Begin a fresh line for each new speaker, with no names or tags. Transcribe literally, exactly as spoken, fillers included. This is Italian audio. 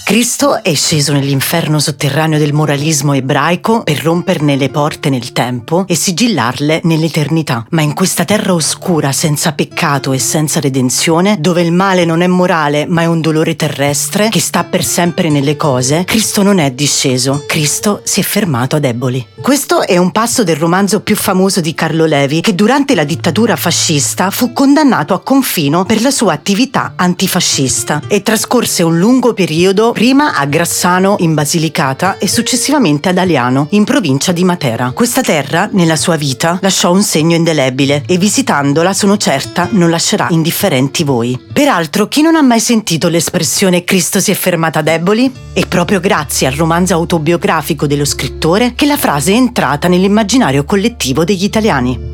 Cristo è sceso nell'inferno sotterraneo del moralismo ebraico per romperne le porte nel tempo e sigillarle nell'eternità. Ma in questa terra oscura, senza peccato e senza redenzione, dove il male non è morale ma è un dolore terrestre che sta per sempre nelle cose, Cristo non è disceso, Cristo si è fermato ad Eboli. Questo è un passo del romanzo più famoso di Carlo Levi, che durante la dittatura fascista fu condannato a confino per la sua attività antifascista e trascorse un lungo periodo prima a Grassano in Basilicata e successivamente ad Aliano in provincia di Matera. Questa terra nella sua vita lasciò un segno indelebile e visitandola sono certa non lascerà indifferenti voi. Peraltro, chi non ha mai sentito l'espressione Cristo si è fermato ad Eboli? È proprio grazie al romanzo autobiografico dello scrittore che la frase è entrata nell'immaginario collettivo degli italiani.